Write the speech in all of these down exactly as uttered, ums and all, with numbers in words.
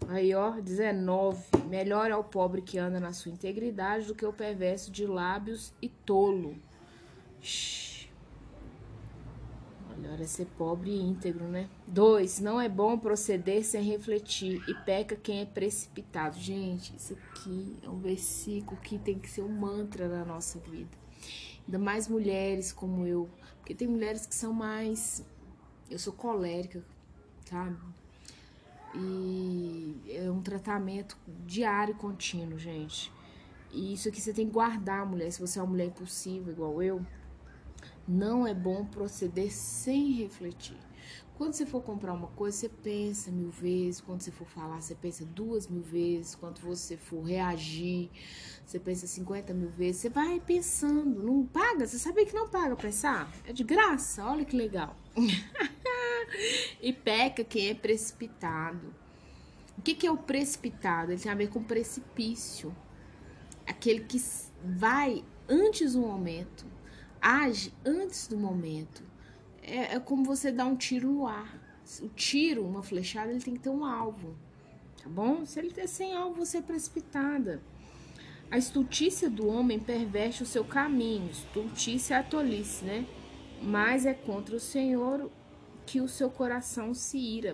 Aí, ó, dezenove. Melhor é o pobre que anda na sua integridade do que o perverso de lábios e tolo. Shhh. Melhor é ser pobre e íntegro, né? Dois, não é bom proceder sem refletir e peca quem é precipitado. Gente, isso aqui é um versículo que tem que ser um mantra na nossa vida. Ainda mais mulheres como eu, porque tem mulheres que são mais... Eu sou colérica, sabe? E é um tratamento diário e contínuo, gente. E isso aqui você tem que guardar, mulher. Se você é uma mulher impulsiva, igual eu, não é bom proceder sem refletir. Quando você for comprar uma coisa, você pensa mil vezes. Quando você for falar, você pensa duas mil vezes. Quando você for reagir, você pensa cinquenta mil vezes. Você vai pensando, não paga? Você sabia que não paga pensar? É de graça, olha que legal. E peca quem é precipitado. O que, que é o precipitado? Ele tem a ver com precipício. Aquele que vai antes do momento, age antes do momento. É, é como você dar um tiro no ar. O tiro, uma flechada, ele tem que ter um alvo, tá bom? Se ele ter sem alvo, você é precipitada. A estultícia do homem perverte o seu caminho. Estultícia é a tolice, né? Mas é contra o Senhor que o seu coração se ira.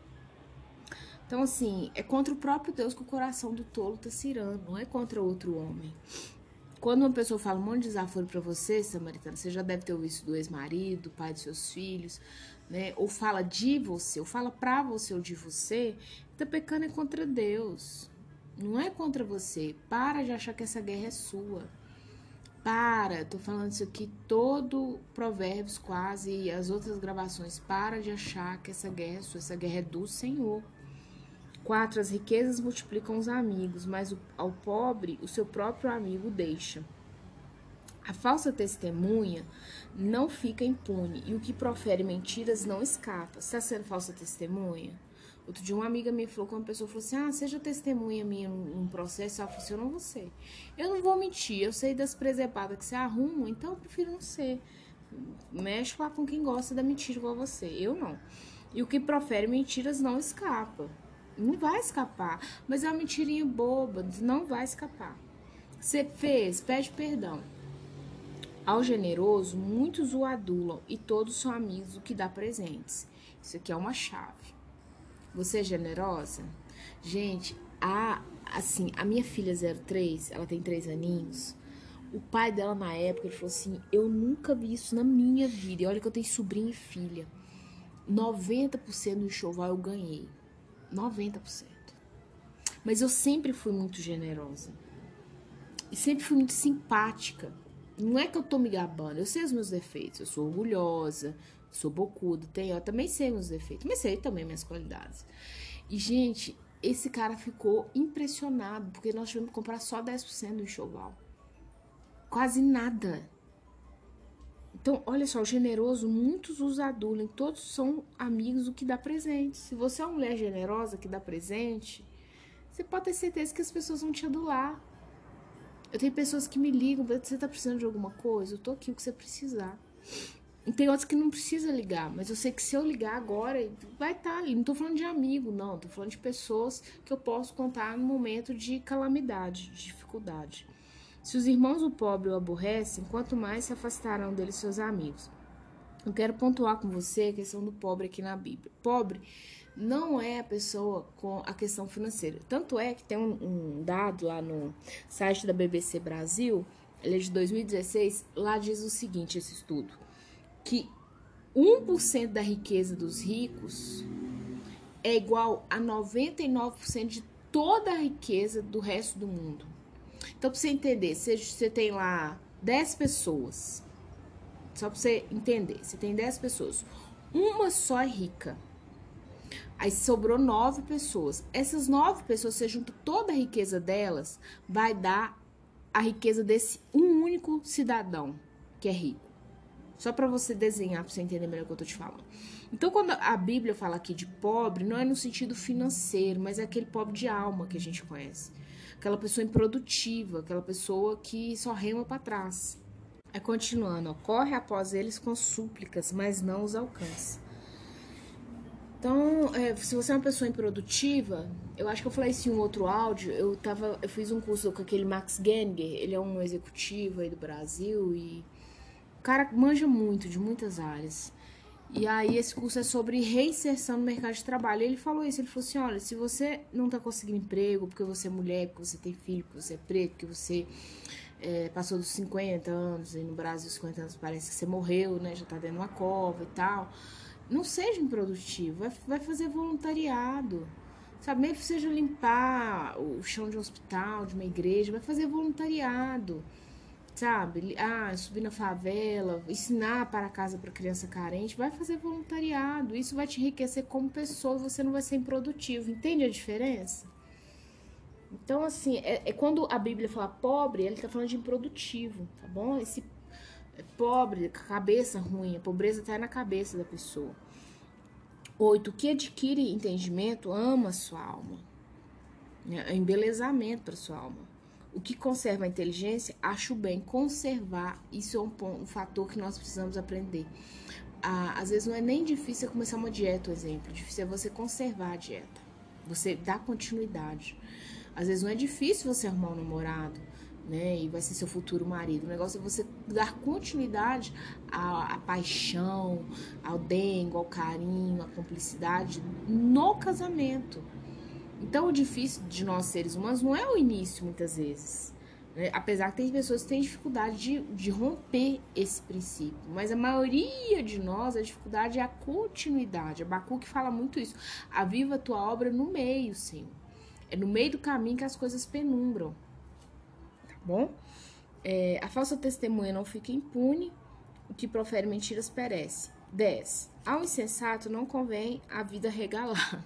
Então, assim, é contra o próprio Deus que o coração do tolo tá se irando, não é contra outro homem. Quando uma pessoa fala um monte de desaforo pra você, samaritana, você já deve ter ouvido isso do ex-marido, do pai dos seus filhos, né? Ou fala de você, ou fala pra você ou de você, tá pecando é contra Deus. Não é contra você. Para de achar que essa guerra é sua. Para, tô falando isso aqui todo Provérbios quase e as outras gravações. Para de achar que essa guerra é sua. Essa guerra é do Senhor. Quatro, as riquezas multiplicam os amigos, mas ao pobre o seu próprio amigo deixa. A falsa testemunha não fica impune e o que profere mentiras não escapa. Você está sendo falsa testemunha? Outro dia uma amiga me falou, quando uma pessoa falou assim, ah, seja testemunha minha num processo, ela falou assim, eu não vou ser. Eu não vou mentir, eu sei das presepadas que você arruma, então eu prefiro não ser. Mexe lá com quem gosta da mentira igual você, eu não. E o que profere mentiras não escapa. Não vai escapar, mas é uma mentirinha boba, não vai escapar. Você fez, pede perdão. Ao generoso, muitos o adulam e todos são amigos do que dá presentes. Isso aqui é uma chave. Você é generosa? Gente, a, assim, a minha filha zero três, ela tem três aninhos. O pai dela na época, ele falou assim, eu nunca vi isso na minha vida. E olha que eu tenho sobrinha e filha. noventa por cento do enxoval eu ganhei. noventa por cento. Mas eu sempre fui muito generosa. E sempre fui muito simpática. Não é que eu tô me gabando, eu sei os meus defeitos. Eu sou orgulhosa, sou bocuda, tenho, eu também sei meus defeitos, mas sei também minhas qualidades. E, gente, esse cara ficou impressionado, porque nós tivemos que comprar só dez por cento do enxoval. Quase nada. Então, olha só, o generoso, muitos os adulam, todos são amigos do que dá presente. Se você é uma mulher generosa que dá presente, você pode ter certeza que as pessoas vão te adular. Eu tenho pessoas que me ligam, você tá precisando de alguma coisa? Eu tô aqui o que você precisar. E tem outros que não precisa ligar, mas eu sei que se eu ligar agora, vai estar ali. Não tô falando de amigo, não. Tô falando de pessoas que eu posso contar no momento de calamidade, de dificuldade. Se os irmãos do pobre o aborrecem, quanto mais se afastarão dele seus amigos. Eu quero pontuar com você a questão do pobre aqui na Bíblia. Pobre não é a pessoa com a questão financeira. Tanto é que tem um, um dado lá no site da B B C Brasil, ele é de dois mil e dezesseis, lá diz o seguinte, esse estudo, que um por cento da riqueza dos ricos é igual a noventa e nove por cento de toda a riqueza do resto do mundo. Então, pra você entender, você, você tem lá dez pessoas, só pra você entender, você tem dez pessoas, uma só é rica. Aí sobrou nove pessoas. Essas nove pessoas, você junta toda a riqueza delas, vai dar a riqueza desse um único cidadão que é rico. Só para você desenhar, para você entender melhor o que eu tô te falando. Então, quando a Bíblia fala aqui de pobre, não é no sentido financeiro, mas é aquele pobre de alma que a gente conhece. Aquela pessoa improdutiva, aquela pessoa que só rema para trás. É continuando, ó, corre após eles com súplicas, mas não os alcança. Então, é, se você é uma pessoa improdutiva, eu acho que eu falei isso em um outro áudio, eu, tava, eu fiz um curso com aquele Max Geniger, ele é um executivo aí do Brasil e o cara manja muito, de muitas áreas. E aí esse curso é sobre reinserção no mercado de trabalho. E ele falou isso, ele falou assim, olha, se você não tá conseguindo emprego porque você é mulher, porque você tem filho, porque você é preto, porque você é, passou dos cinquenta anos, e no Brasil cinquenta anos parece que você morreu, né, já tá dentro de uma cova e tal, não seja improdutivo, vai, vai fazer voluntariado, sabe, mesmo que seja limpar o chão de um hospital, de uma igreja, vai fazer voluntariado. Sabe? Ah, subir na favela, ensinar para casa para criança carente, vai fazer voluntariado. Isso vai te enriquecer como pessoa, você não vai ser improdutivo. Entende a diferença? Então, assim, é, é quando a Bíblia fala pobre, ele tá falando de improdutivo, tá bom? Esse pobre, cabeça ruim, a pobreza tá na cabeça da pessoa. Oito, o que adquire entendimento ama a sua alma. É embelezamento para sua alma. O que conserva a inteligência, acho bem conservar. Isso é um, ponto, um fator que nós precisamos aprender. Ah, às vezes não é nem difícil começar uma dieta, por exemplo. Difícil é você conservar a dieta. Você dar continuidade. Às vezes não é difícil você arrumar um namorado, né? E vai ser seu futuro marido. O negócio é você dar continuidade à, à paixão, ao dengo, ao carinho, à cumplicidade no casamento. Então, o difícil de nós seres humanos não é o início, muitas vezes. Né? Apesar que tem pessoas que têm dificuldade de, de romper esse princípio. Mas a maioria de nós, a dificuldade é a continuidade. Abacuque fala muito isso. Aviva a tua obra no meio, Senhor. É no meio do caminho que as coisas penumbram. Tá bom? É, a falsa testemunha não fica impune. O que profere mentiras perece. dez. Ao insensato não convém a vida regalada.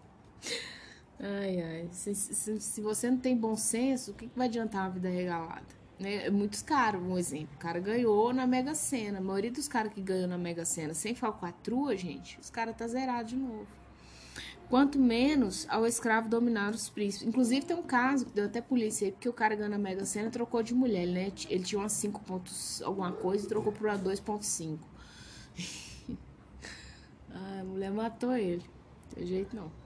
Ai, ai, se, se, se você não tem bom senso, o que, que vai adiantar uma vida regalada? Né? É muito caro, um exemplo. O cara ganhou na Mega Sena. A maioria dos caras que ganhou na Mega Sena sem falcatrua, gente, os caras tá zerado de novo. Quanto menos ao escravo dominar os príncipes. Inclusive tem um caso que deu até polícia aí, porque o cara ganhou na Mega Sena e trocou de mulher, né? Ele tinha umas cinco pontos alguma coisa e trocou por uma dois ponto cinco. Ah, a mulher matou ele. Não tem jeito não.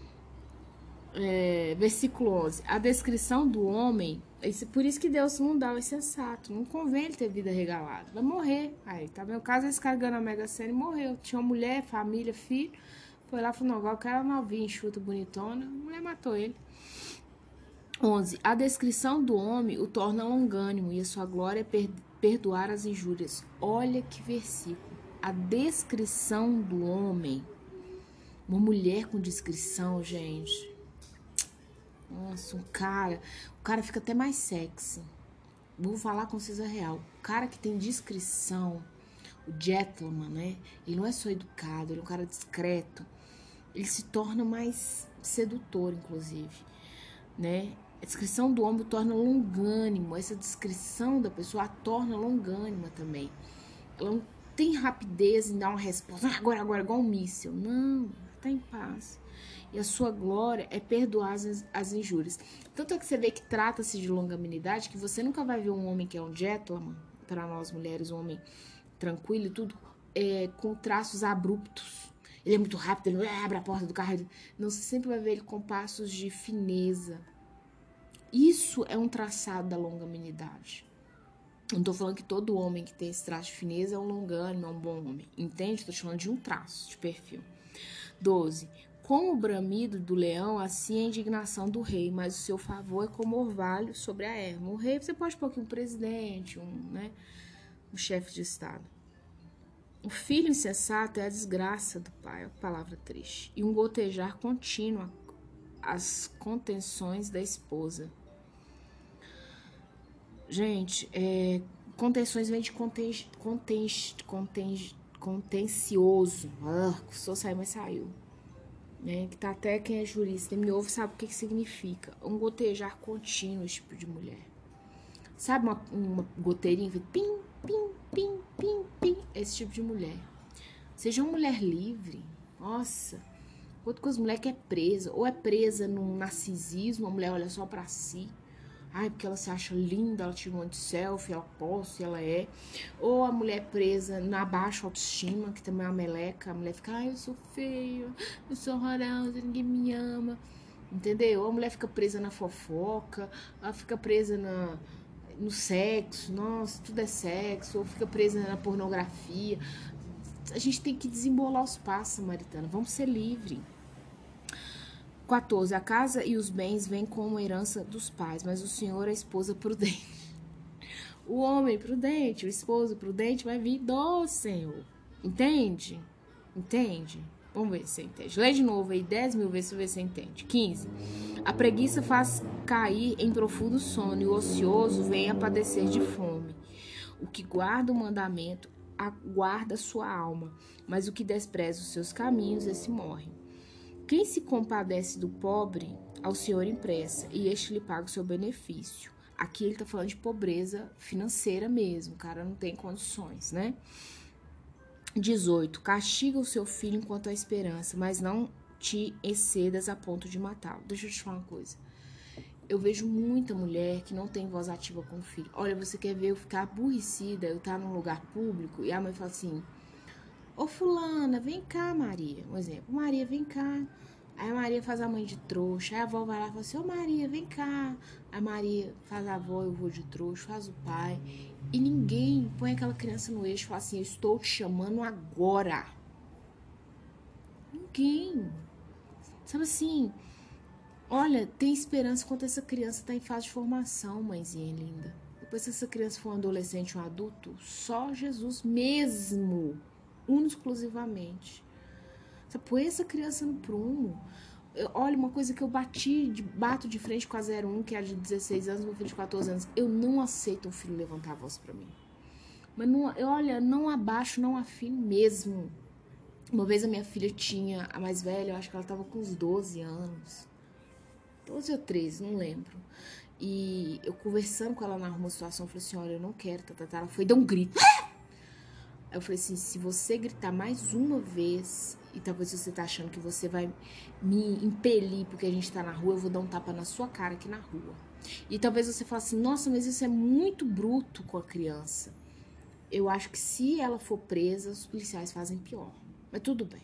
É, versículo onze. A descrição do homem, esse, por isso que Deus não dá o insensato. Não convém ele ter vida regalada. Vai morrer. Aí, tá vendo? O caso esse cara ganhou na Mega Sena e morreu. Tinha uma mulher, família, filho. Foi lá e falou: não, agora eu quero novinha, enxuta, bonitona. A mulher matou ele. onze. A descrição do homem o torna longânimo e a sua glória é per perdoar as injúrias. Olha que versículo. A descrição do homem. Uma mulher com descrição, gente. Nossa, um cara... O cara fica até mais sexy. Vou falar com vocês a real. O cara que tem descrição, o gentleman, né? Ele não é só educado, ele é um cara discreto. Ele se torna mais sedutor, inclusive, né? A descrição do homem o torna longânimo. Essa descrição da pessoa a torna longânima também. Ela não tem rapidez em dar uma resposta. Ah, agora, agora, igual um míssil. Não, tá em paz. E a sua glória é perdoar as, as injúrias. Tanto é que você vê que trata-se de longanimidade, que você nunca vai ver um homem que é um gentleman, para nós mulheres, um homem tranquilo e tudo, é, com traços abruptos. Ele é muito rápido, ele abre a porta do carro. Não, você sempre vai ver ele com passos de fineza. Isso é um traçado da longanimidade. Não tô falando que todo homem que tem esse traço de fineza é um longânimo, é um bom homem. Entende? Tô te falando de um traço, de perfil. doze. Como o bramido do leão, assim é a indignação do rei, mas o seu favor é como orvalho sobre a erva. O rei, você pode pôr aqui um presidente, um, né, um chefe de estado. O filho insensato é a desgraça do pai, é uma palavra triste. E um gotejar contínuo às contenções da esposa. Gente, é, contenções vem de conten, conten, conten, contencioso. Ah, custou sair, mas saiu. Né, que tá até quem é jurista e me ouve sabe o que, que significa. Um gotejar contínuo, esse tipo de mulher. Sabe uma, uma goteirinha que pim, pim, pim, pim, pim. Esse tipo de mulher. Seja uma mulher livre. Nossa. Outra coisa, mulher que é presa. Ou é presa num narcisismo, a mulher olha só pra si. Ai, porque ela se acha linda, ela tira um monte de selfie, ela posta, ela é. Ou a mulher presa na baixa autoestima, que também é uma meleca. A mulher fica, ai, eu sou feia, eu sou horrorosa, ninguém me ama. Entendeu? Ou a mulher fica presa na fofoca, ela fica presa na, no sexo, nossa, tudo é sexo. Ou fica presa na pornografia. A gente tem que desembolar os passos, samaritana. Vamos ser livres. quatorze. A casa e os bens vêm como herança dos pais, mas o Senhor é a esposa prudente. O homem prudente, o esposo prudente vai vir do Senhor. Entende? Entende? Vamos ver se você entende. Lê de novo aí dez mil vezes pra ver se você entende. quinze. A preguiça faz cair em profundo sono e o ocioso vem a padecer de fome. O que guarda o mandamento aguarda sua alma, mas o que despreza os seus caminhos, esse morre. Quem se compadece do pobre, ao Senhor empresta, e este lhe paga o seu benefício. Aqui ele tá falando de pobreza financeira mesmo, o cara não tem condições, né? dezoito. Castiga o seu filho enquanto há esperança, mas não te excedas a ponto de matá-lo. Deixa eu te falar uma coisa. Eu vejo muita mulher que não tem voz ativa com o filho. Olha, você quer ver eu ficar aborrecida, eu estar num lugar público, e a mãe fala assim, ô fulana, vem cá, Maria. Um exemplo, Maria, vem cá. Aí a Maria faz a mãe de trouxa. Aí a avó vai lá e fala assim, ô Maria, vem cá. A Maria faz a avó, eu vou de trouxa, faz o pai. E ninguém põe aquela criança no eixo e fala assim, eu estou te chamando agora. Ninguém. Sabe assim, olha, tem esperança enquanto essa criança está em fase de formação, mãezinha linda. Depois, se essa criança for um adolescente ou um adulto, só Jesus mesmo, único exclusivamente. Você põe essa criança no prumo. Eu, olha, uma coisa que eu bati, de, bato de frente com a zero um, que é de dezesseis anos, meu filho de quatorze anos. Eu não aceito um filho levantar a voz pra mim. Mas, não, eu, olha, não abaixo, não afino mesmo. Uma vez a minha filha tinha, a mais velha, eu acho que ela tava com uns doze anos. doze ou treze, não lembro. E eu conversando com ela na rua, uma situação, eu falei assim, olha, eu não quero, tá, tá, tá. Ela foi dar um grito. Aí eu falei assim, se você gritar mais uma vez, e talvez você tá achando que você vai me impelir porque a gente tá na rua, eu vou dar um tapa na sua cara aqui na rua. E talvez você fale assim, nossa, mas isso é muito bruto com a criança. Eu acho que se ela for presa, os policiais fazem pior. Mas tudo bem.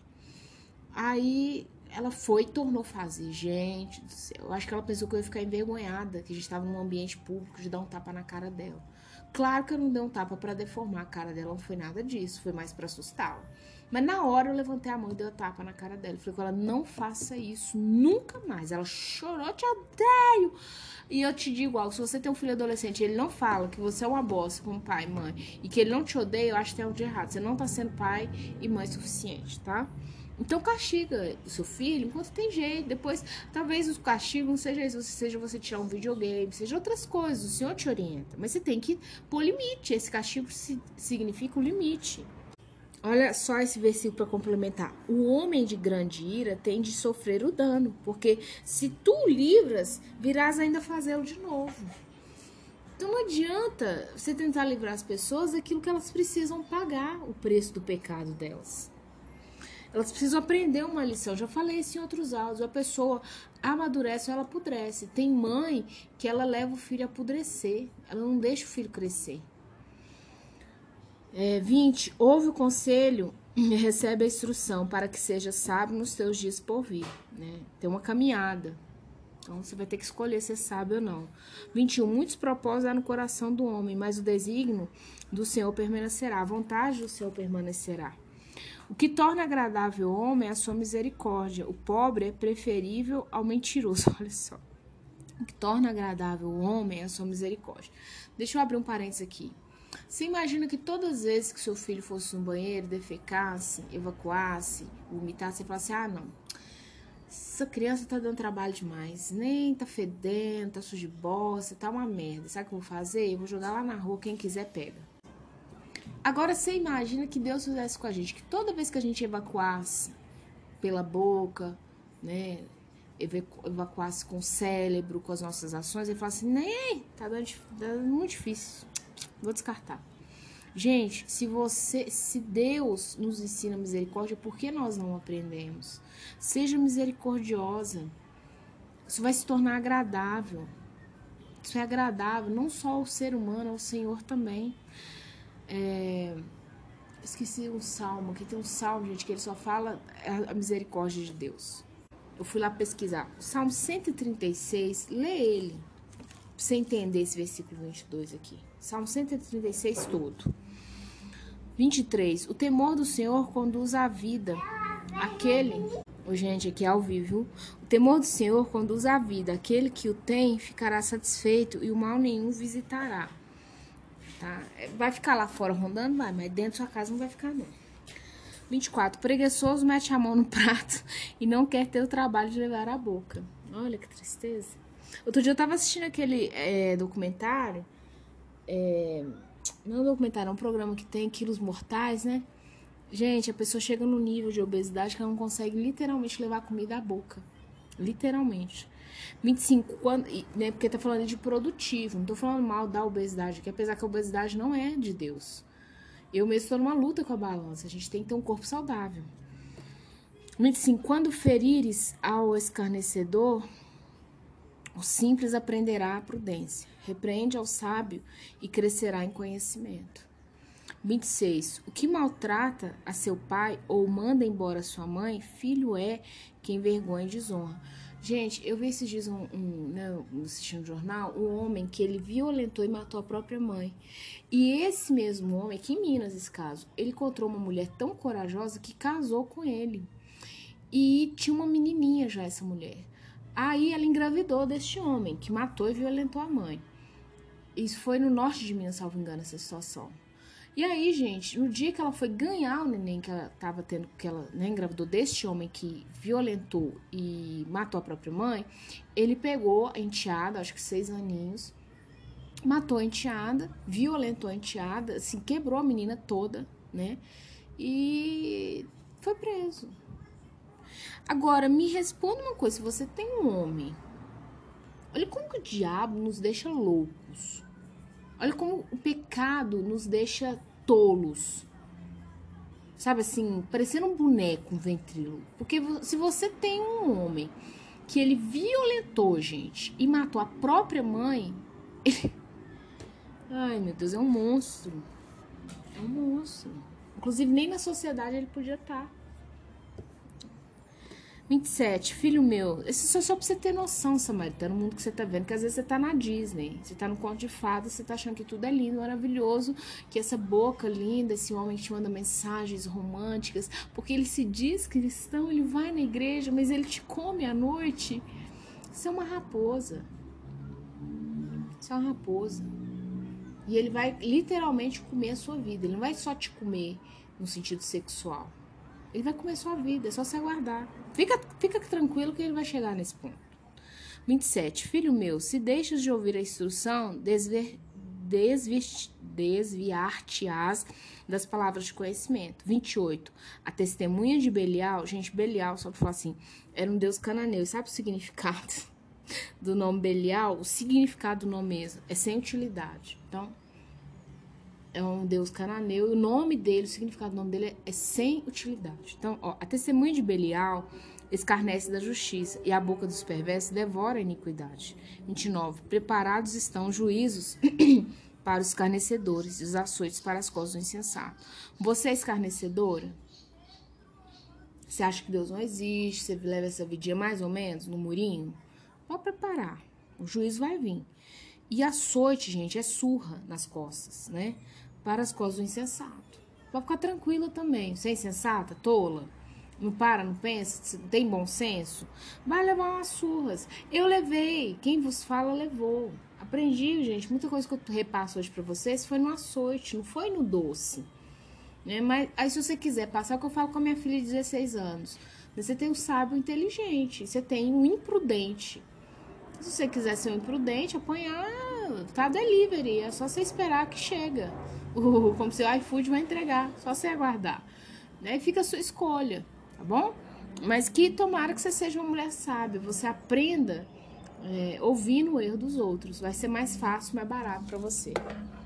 Aí ela foi e tornou fazer. Gente do céu, eu acho que ela pensou que eu ia ficar envergonhada, que a gente estava num ambiente público, de dar um tapa na cara dela. Claro que eu não dei um tapa para deformar a cara dela, não foi nada disso, foi mais para assustá-la. Mas na hora eu levantei a mão e dei um tapa na cara dela. Falei com ela, não faça isso, nunca mais. Ela chorou, te odeio. E eu te digo algo, se você tem um filho adolescente e ele não fala que você é uma bosta como pai e mãe, e que ele não te odeia, eu acho que tem algo de errado. Você não tá sendo pai e mãe suficiente, tá? Então castiga o seu filho enquanto tem jeito. Depois, talvez o castigo não seja isso, seja você tirar um videogame, seja outras coisas, o Senhor te orienta. Mas você tem que pôr limite, esse castigo significa um limite. Olha só esse versículo para complementar. O homem de grande ira tem de sofrer o dano, porque se tu o livras, virás ainda fazê-lo de novo. Então não adianta você tentar livrar as pessoas daquilo que elas precisam pagar, o preço do pecado delas. Elas precisam aprender uma lição. Já falei isso em outros áudios. A pessoa amadurece ou ela apodrece. Tem mãe que ela leva o filho a apodrecer. Ela não deixa o filho crescer. É, vinte. Ouve o conselho e recebe a instrução para que seja sábio nos teus dias por vir. Né? Tem uma caminhada. Então você vai ter que escolher se é sábio ou não. vinte e um. Muitos propósitos há no coração do homem, mas o desígnio do Senhor permanecerá. A vontade do Senhor permanecerá. O que torna agradável o homem é a sua misericórdia. O pobre é preferível ao mentiroso. Olha só. O que torna agradável o homem é a sua misericórdia. Deixa eu abrir um parênteses aqui. Você imagina que todas as vezes que seu filho fosse no banheiro, defecasse, evacuasse, vomitasse, você falasse, ah, não, essa criança tá dando trabalho demais, nem tá fedendo, tá sujo de bosta, tá uma merda. Sabe o que eu vou fazer? Eu vou jogar lá na rua, quem quiser pega. Agora você imagina que Deus fizesse com a gente, que toda vez que a gente evacuasse pela boca, né, evacuasse com o cérebro, com as nossas ações, ele falasse, nem, tá dando, dando muito difícil, vou descartar. Gente, se você, se Deus nos ensina misericórdia, por que nós não aprendemos? Seja misericordiosa. Isso vai se tornar agradável. Isso é agradável, não só ao ser humano, ao Senhor também. É... Esqueci um salmo, aqui tem um salmo, gente, que ele só fala a misericórdia de Deus. Eu fui lá pesquisar. O Salmo cento e trinta e seis, lê ele, pra você entender esse versículo vinte e dois aqui. Salmo cento e trinta e seis todo. vinte e três. O temor do Senhor conduz à vida. Aquele... Ô, gente, aqui é ao vivo, viu? O temor do Senhor conduz à vida. Aquele que o tem ficará satisfeito e o mal nenhum visitará. Tá? Vai ficar lá fora rondando? Vai, mas dentro da sua casa não vai ficar, não. vinte e quatro. Preguiçoso mete a mão no prato e não quer ter o trabalho de levar à boca. Olha que tristeza. Outro dia eu tava assistindo aquele é, documentário. É, não é um documentário, é um programa que tem Quilos Mortais, né? Gente, a pessoa chega no nível de obesidade que ela não consegue literalmente levar comida à boca. Literalmente. vinte e cinco, quando, né, porque tá falando de produtivo. Não tô falando mal da obesidade, que apesar que a obesidade não é de Deus. Eu mesmo estou numa luta com a balança. A gente tem que ter um corpo saudável. vinte e cinco. Quando ferires ao escarnecedor, o simples aprenderá a prudência. Repreende ao sábio e crescerá em conhecimento. vinte e seis. O que maltrata a seu pai ou manda embora sua mãe, filho é que envergonha e desonra. Gente, eu vi esses dias um, um, né, assistindo um jornal, um homem que ele violentou e matou a própria mãe. E esse mesmo homem, aqui em Minas esse caso, ele encontrou uma mulher tão corajosa que casou com ele. E tinha uma menininha já essa mulher. Aí ela engravidou deste homem, que matou e violentou a mãe. Isso foi no norte de Minas, salvo engano, essa situação. E aí, gente, no dia que ela foi ganhar o neném que ela tava tendo, que ela, né, engravidou deste homem que violentou e matou a própria mãe, ele pegou a enteada, acho que seis aninhos, matou a enteada, violentou a enteada, assim, quebrou a menina toda, né, e foi preso. Agora, me responda uma coisa, se você tem um homem, olha como que o diabo nos deixa loucos. Olha como o pecado nos deixa tolos. Sabe assim, parecendo um boneco, um ventríloco. Porque se você tem um homem que ele violentou, gente, e matou a própria mãe, ele... Ai, meu Deus, é um monstro. É um monstro. Inclusive, nem na sociedade ele podia estar. vinte e sete. Filho meu, isso é só pra você ter noção, Samaritano, no mundo que você tá vendo, que às vezes você tá na Disney, você tá no conto de fadas, você tá achando que tudo é lindo, maravilhoso, que essa boca linda, esse homem que te manda mensagens românticas, porque ele se diz cristão, ele vai na igreja, mas ele te come à noite. Isso é uma raposa. Isso é uma raposa. E ele vai literalmente comer a sua vida, ele não vai só te comer no sentido sexual. Ele vai comer sua vida, é só se aguardar. Fica, fica tranquilo que ele vai chegar nesse ponto. vinte e sete. Filho meu, se deixas de ouvir a instrução, desver, desvi, desviar-te-ás das palavras de conhecimento. vinte e oito. A testemunha de Belial, gente, Belial, só pra falar assim, era um deus cananeu. E sabe o significado do nome Belial? O significado do nome mesmo é sem utilidade. Então... é um deus cananeu, e o nome dele, o significado do nome dele é, é sem utilidade. Então, ó, a testemunha de Belial escarnece da justiça, e a boca dos perversos devora a iniquidade. vinte e nove. Preparados estão juízos para os escarnecedores, e os açoites para as costas do insensato. Você é escarnecedora? Você acha que Deus não existe? Você leva essa vidinha mais ou menos no murinho? Pode preparar, o juízo vai vir. E açoite, gente, é surra nas costas, né? Para as costas do insensato. Pode ficar tranquila também. Você é insensata, tola, não para, não pensa, tem bom senso, vai levar umas surras. Eu levei, quem vos fala levou. Aprendi, gente, muita coisa que eu repasso hoje pra vocês foi no açoite, não foi no doce. Né? Mas aí se você quiser passar, é o que eu falo com a minha filha de dezesseis anos. Você tem um sábio inteligente, você tem um imprudente. Se você quiser ser um imprudente, apanhar, tá delivery. É só você esperar que chega. O, como se o iFood vai entregar. Só você aguardar. Né? Fica a sua escolha, tá bom? Mas que tomara que você seja uma mulher sábia. Você aprenda é, ouvindo o erro dos outros. Vai ser mais fácil, mais barato pra você.